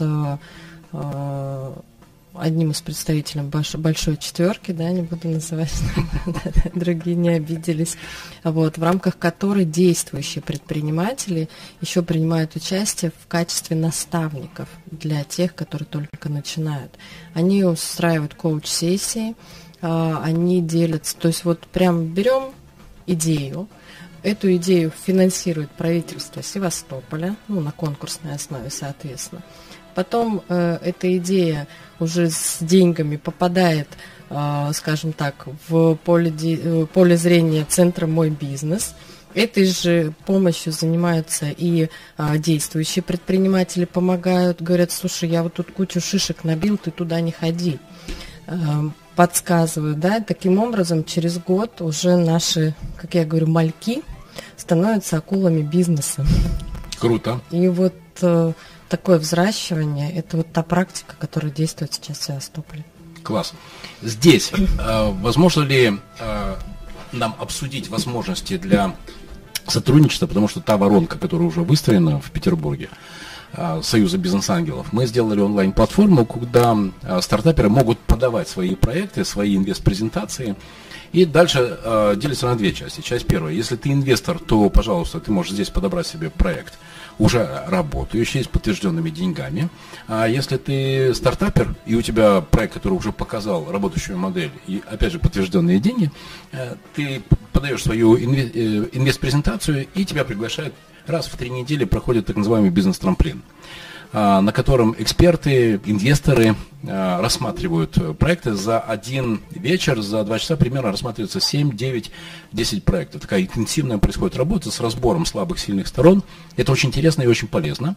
э, одним из представителей большой, большой четверки, да, не буду называть, другие не обиделись, вот, в рамках которой действующие предприниматели еще принимают участие в качестве наставников для тех, которые только начинают. Они устраивают коуч-сессии, э, они делятся, то есть вот прям берем идею. Эту идею финансирует правительство Севастополя, ну, на конкурсной основе, соответственно. Потом э, эта идея уже с деньгами попадает, э, скажем так, в поле, де, поле зрения центра «Мой бизнес». Этой же помощью занимаются и э, действующие предприниматели, помогают, говорят: слушай, я вот тут кучу шишек набил, ты туда не ходи. Э, подсказывают, да, таким образом через год уже наши, как я говорю, мальки становятся акулами бизнеса. Круто. И вот э, такое взращивание, это вот та практика, которая действует сейчас в Севастополе. Класс. Здесь э, возможно ли э, нам обсудить возможности для сотрудничества, потому что та воронка, которая уже выстроена в Петербурге, э, Союза бизнес-ангелов, мы сделали онлайн-платформу, куда э, стартаперы могут подавать свои проекты, свои инвест-презентации. И дальше э, делится на две части. Часть первая. Если ты инвестор, то, пожалуйста, ты можешь здесь подобрать себе проект, уже работающий, с подтвержденными деньгами. А если ты стартапер, и у тебя проект, который уже показал работающую модель, и, опять же, подтвержденные деньги, э, ты подаешь свою инве- э, инвест-презентацию, и тебя приглашают раз в три недели, проходит так называемый бизнес-трамплин, на котором эксперты, инвесторы э, рассматривают проекты за один вечер, за два часа примерно рассматривается семь, девять, десять проектов. Такая интенсивная происходит работа с разбором слабых, сильных сторон. Это очень интересно и очень полезно.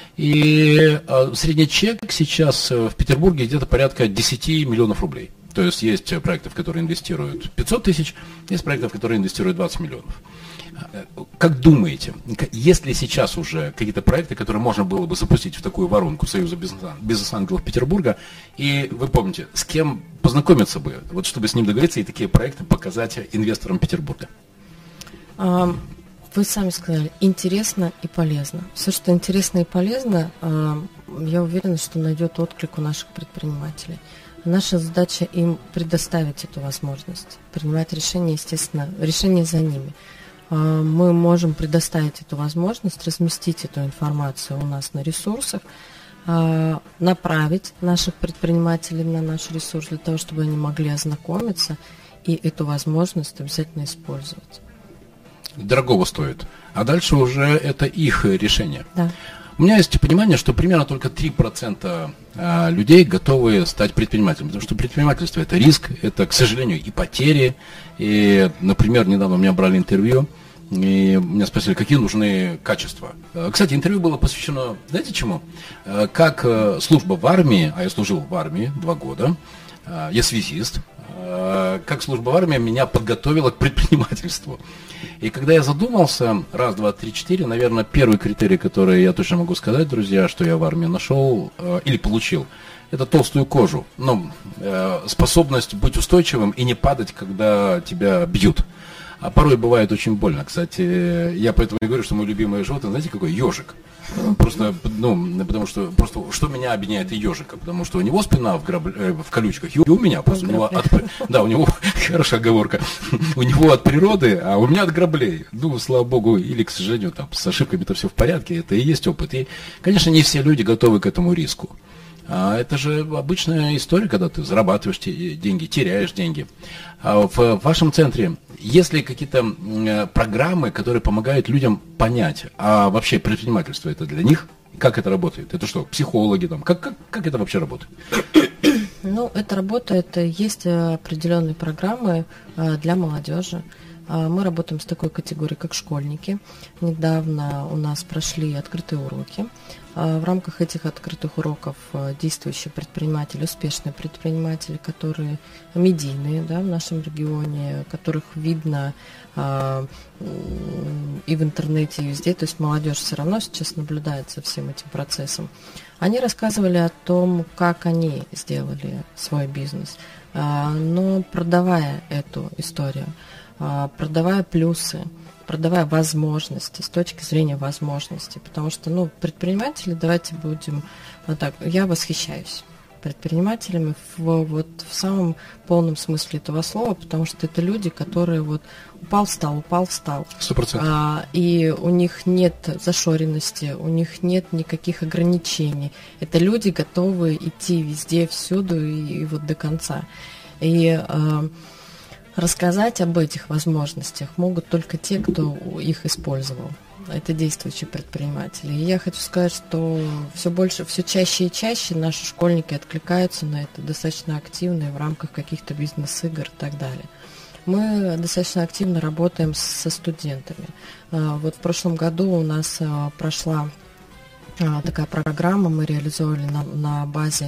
И э, средний чек сейчас в Петербурге где-то порядка десять миллионов рублей. То есть есть проекты, в которые инвестируют пятьсот тысяч, есть проекты, в которые инвестируют двадцать миллионов. Как думаете, есть ли сейчас уже какие-то проекты, которые можно было бы запустить в такую воронку Союза бизнес-ангелов Петербурга? И вы помните, с кем познакомиться бы, вот чтобы с ним договориться и такие проекты показать инвесторам Петербурга? Вы сами сказали, интересно и полезно. Все, что интересно и полезно, я уверена, что найдет отклик у наших предпринимателей. Наша задача им предоставить эту возможность, принимать решения, естественно, решения за ними. Мы можем предоставить эту возможность, разместить эту информацию у нас на ресурсах, направить наших предпринимателей на наш ресурс для того, чтобы они могли ознакомиться и эту возможность обязательно использовать. Дорогого стоит. А дальше уже это их решение. Да. У меня есть понимание, что примерно только три процента людей готовы стать предпринимателями, потому что предпринимательство – это риск, это, к сожалению, и потери. И, например, недавно у меня брали интервью, и меня спросили, какие нужны качества. Кстати, интервью было посвящено, знаете чему? Как служба в армии, а я служил в армии два года, я связист, как служба в армии меня подготовила к предпринимательству. И когда я задумался, раз, два, три, четыре, наверное, первый критерий, который я точно могу сказать, друзья, что я в армии нашел э, или получил, это толстую кожу. Ну, э, способность быть устойчивым и не падать, когда тебя бьют. А порой бывает очень больно. Кстати, я поэтому и говорю, что мой любимый животное, знаете, какой? Ежик. Просто, ну, потому что, просто, что меня объединяет и ежика? Потому что у него спина в, граб... э, в колючках, и у меня просто, у него от... да, у него, хорошая оговорка, у него от природы, а у меня от граблей. Ну, слава богу, или, к сожалению, там, с ошибками это все в порядке, это и есть опыт. И, конечно, не все люди готовы к этому риску. А это же обычная история, когда ты зарабатываешь деньги, теряешь деньги. А в вашем центре есть ли какие-то программы, которые помогают людям понять, а вообще предпринимательство это для них? Как это работает? Это что, психологи там? Как, как, как это вообще работает? Ну, это работает, есть определенные программы для молодежи. Мы работаем с такой категорией, как школьники. Недавно у нас прошли открытые уроки. В рамках этих открытых уроков действующие предприниматели, успешные предприниматели, которые медийные, да, в нашем регионе, которых видно а, и в интернете, и везде, то есть молодежь все равно сейчас наблюдает за всем этим процессом. Они рассказывали о том, как они сделали свой бизнес, а, но продавая эту историю, а, продавая плюсы, продавая возможности, с точки зрения возможностей. Потому что, ну, предприниматели, давайте будем вот так, я восхищаюсь предпринимателями в, вот, в самом полном смысле этого слова, потому что это люди, которые вот упал, встал, упал, встал. Сто процентов. А, и у них нет зашоренности, у них нет никаких ограничений. Это люди, готовые идти везде, всюду и, и вот до конца. И а, рассказать об этих возможностях могут только те, кто их использовал. Это действующие предприниматели. И я хочу сказать, что все больше, все чаще и чаще наши школьники откликаются на это достаточно активно в рамках каких-то бизнес-игр и так далее. Мы достаточно активно работаем со студентами. Вот в прошлом году у нас прошла такая программа, мы реализовали на, на базе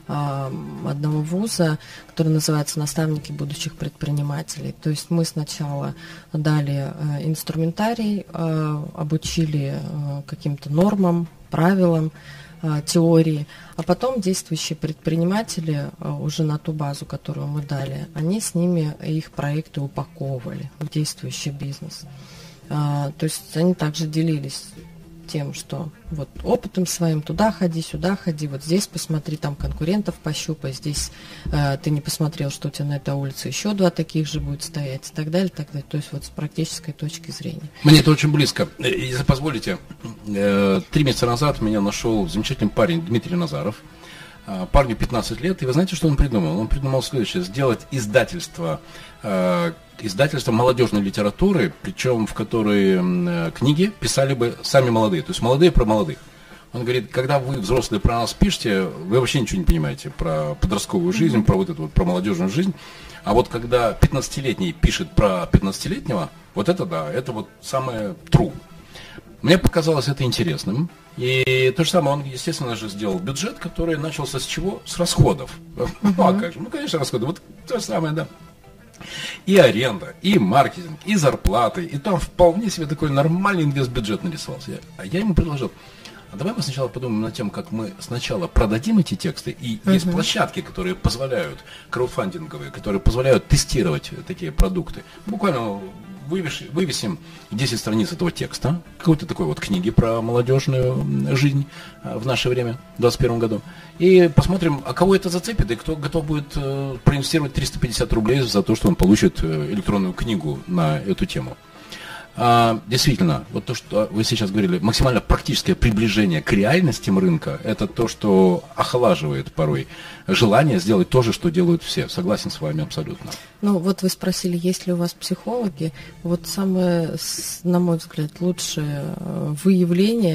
одного вуза, который называется «Наставники будущих предпринимателей». То есть мы сначала дали инструментарий, обучили каким-то нормам, правилам, теории, а потом действующие предприниматели уже на ту базу, которую мы дали, они с ними их проекты упаковывали в действующий бизнес. То есть они также делились тем, что вот опытом своим туда ходи, сюда ходи, вот здесь посмотри, там конкурентов пощупай, здесь э, ты не посмотрел, что у тебя на этой улице еще два таких же будет стоять и так далее, и так далее. То есть вот с практической точки зрения. Мне это очень близко. Если позволите, э, три месяца назад меня нашел замечательный парень Дмитрий Назаров. Парню пятнадцать лет, и вы знаете, что он придумал? Он придумал следующее: сделать издательство, э, издательство молодежной литературы, причем в которой э, книги писали бы сами молодые, то есть молодые про молодых. Он говорит, когда вы, взрослые, про нас пишете, вы вообще ничего не понимаете про подростковую жизнь, mm-hmm. про вот эту вот, про молодежную жизнь. А вот когда пятнадцатилетний пишет про пятнадцатилетнего, вот это да, это вот самое true. Мне показалось это интересным. И то же самое, он, естественно же, сделал бюджет, который начался с чего? С расходов. Uh-huh. Ну, а как же? Ну, конечно, расходы. Вот то же самое, да. И аренда, и маркетинг, и зарплаты. И там вполне себе такой нормальный инвестбюджет нарисовался. А я ему предложил, а давай мы сначала подумаем над тем, как мы сначала продадим эти тексты. И uh-huh. есть площадки, которые позволяют, краудфандинговые, которые позволяют тестировать такие продукты. Буквально вывесим десять страниц этого текста, какой-то такой вот книги про молодежную жизнь в наше время, в двадцать первом году, и посмотрим, а кого это зацепит, и кто готов будет э, проинвестировать триста пятьдесят рублей за то, что он получит электронную книгу на эту тему. А, действительно, вот то, что вы сейчас говорили, максимально практическое приближение к реальностям рынка, это то, что охлаживает порой желание сделать то же, что делают все. Согласен с вами абсолютно. Ну, вот вы спросили, есть ли у вас психологи. Вот самое, на мой взгляд, лучшее выявление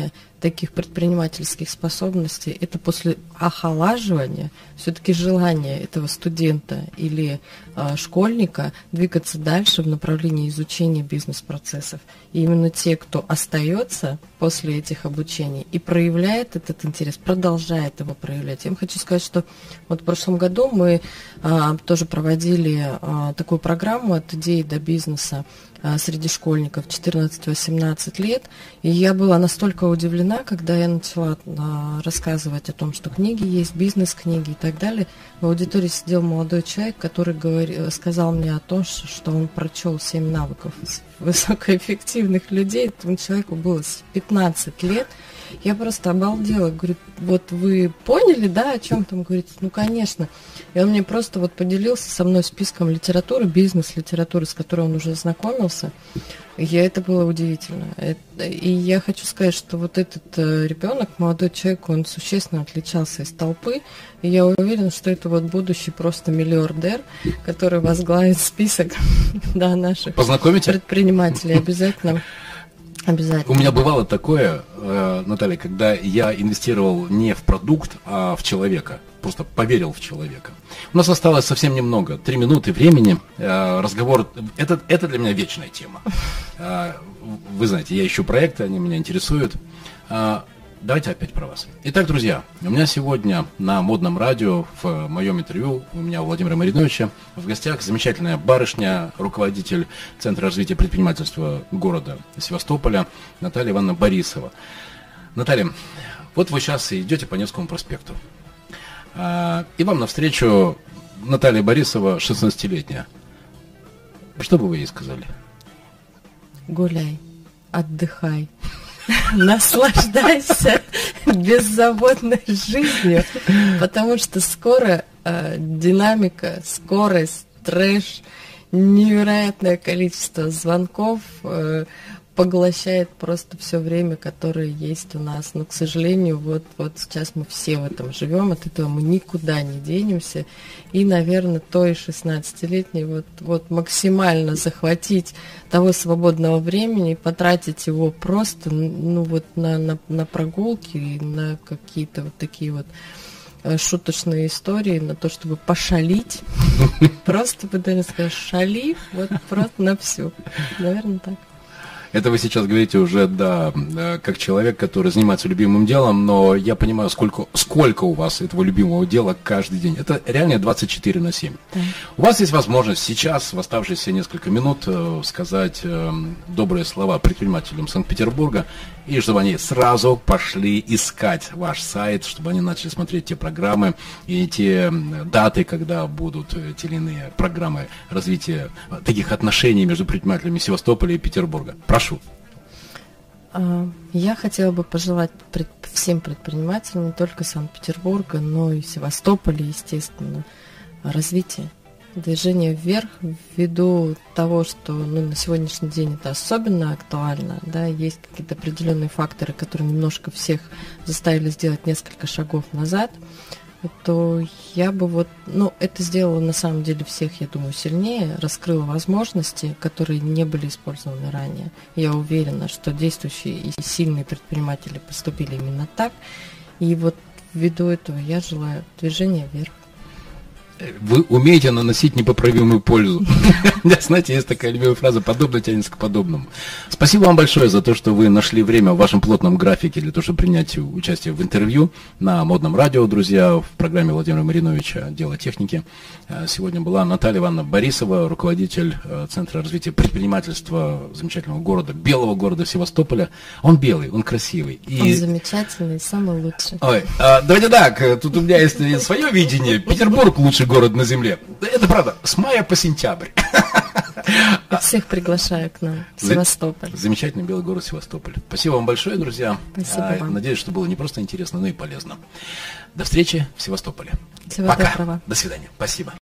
таких предпринимательских способностей, это после охолаживания все-таки желание этого студента или э, школьника двигаться дальше в направлении изучения бизнес-процессов. И именно те, кто остается после этих обучений и проявляет этот интерес, продолжает его проявлять. Я вам хочу сказать, что вот в прошлом году мы э, тоже проводили э, такую программу «От идеи до бизнеса» среди школьников четырнадцать-восемнадцать лет. И я была настолько удивлена, когда я начала а, рассказывать о том, что книги есть, бизнес-книги и так далее. В аудитории сидел молодой человек, который говорил, сказал мне о том, что он прочел семь навыков высокоэффективных людей. Этому человеку было пятнадцать лет. Я просто обалдела. Говорю, вот вы поняли, да, о чем там говорите? Ну, конечно. И он мне просто вот поделился со мной списком литературы, бизнес-литературы, с которой он уже знакомился. И это было удивительно. И я хочу сказать, что вот этот ребенок, молодой человек, он существенно отличался из толпы. И я уверена, что это вот будущий просто миллиардер, который возглавит список да, наших Познакомите? предпринимателей. Обязательно. Обязательно. У меня бывало такое, э, Наталья, когда я инвестировал не в продукт, а в человека. Просто поверил в человека. У нас осталось совсем немного, три минуты времени. Э, разговор, это, это для меня вечная тема. Э, вы знаете, я ищу проекты, они меня интересуют. Э, давайте опять про вас. Итак, друзья, у меня сегодня на Модном радио в моем интервью, у меня у Владимира Мариновича в гостях замечательная барышня, руководитель Центра развития предпринимательства города Севастополя Наталья Ивановна Борисова. Наталья, вот вы сейчас идете по Невскому проспекту, и вам навстречу Наталья Борисова, шестнадцатилетняя. Что бы вы ей сказали? Гуляй, отдыхай. Наслаждайся беззаботной жизнью, потому что скоро э, динамика, скорость, трэш, невероятное количество звонков э, поглощает просто все время, которое есть у нас. Но, к сожалению, вот, вот сейчас мы все в этом живем, от этого мы никуда не денемся. И, наверное, той шестнадцатилетней вот, вот максимально захватить того свободного времени и потратить его просто ну, вот на, на, на прогулки и на какие-то вот такие вот шуточные истории, на то, чтобы пошалить. Просто, бы Даня сказал, шали, вот просто на всю. Наверное, так. Это вы сейчас говорите уже, да, как человек, который занимается любимым делом, но я понимаю, сколько, сколько у вас этого любимого дела каждый день. Это реально двадцать четыре на семь. Да. У вас есть возможность сейчас, в оставшиеся несколько минут, сказать добрые слова предпринимателям Санкт-Петербурга, и чтобы они сразу пошли искать ваш сайт, чтобы они начали смотреть те программы и те даты, когда будут те или иные программы развития таких отношений между предпринимателями Севастополя и Петербурга. Прошу. Я хотела бы пожелать пред, всем предпринимателям не только Санкт-Петербурга, но и Севастополя, естественно, развития, движения вверх, ввиду того, что ну, на сегодняшний день это особенно актуально, да, есть какие-то определенные факторы, которые немножко всех заставили сделать несколько шагов назад, то я бы вот, ну, это сделало на самом деле всех, я думаю, сильнее, раскрыло возможности, которые не были использованы ранее. Я уверена, что действующие и сильные предприниматели поступили именно так, и вот ввиду этого я желаю движения вверх. Вы умеете наносить непоправимую пользу. У меня, знаете, есть такая любимая фраза: подобное тянется к подобному. Спасибо вам большое за то, что вы нашли время в вашем плотном графике для того, чтобы принять участие в интервью на Модном радио, друзья, в программе Владимира Мариновича «Дело техники». Сегодня была Наталья Ивановна Борисова, руководитель Центра развития предпринимательства замечательного города, белого города Севастополя. Он белый, он красивый. И... Он замечательный, самый лучший. Ой, а, давайте так, тут у меня есть свое видение. Петербург лучший город на земле. Это правда, с мая по сентябрь. Всех приглашаю к нам в Севастополь. Замечательный белый город Севастополь. Спасибо вам большое, друзья. Спасибо а, вам. Надеюсь, что было не просто интересно, но и полезно. До встречи в Севастополе. Всего Пока. доброго. До свидания. Спасибо.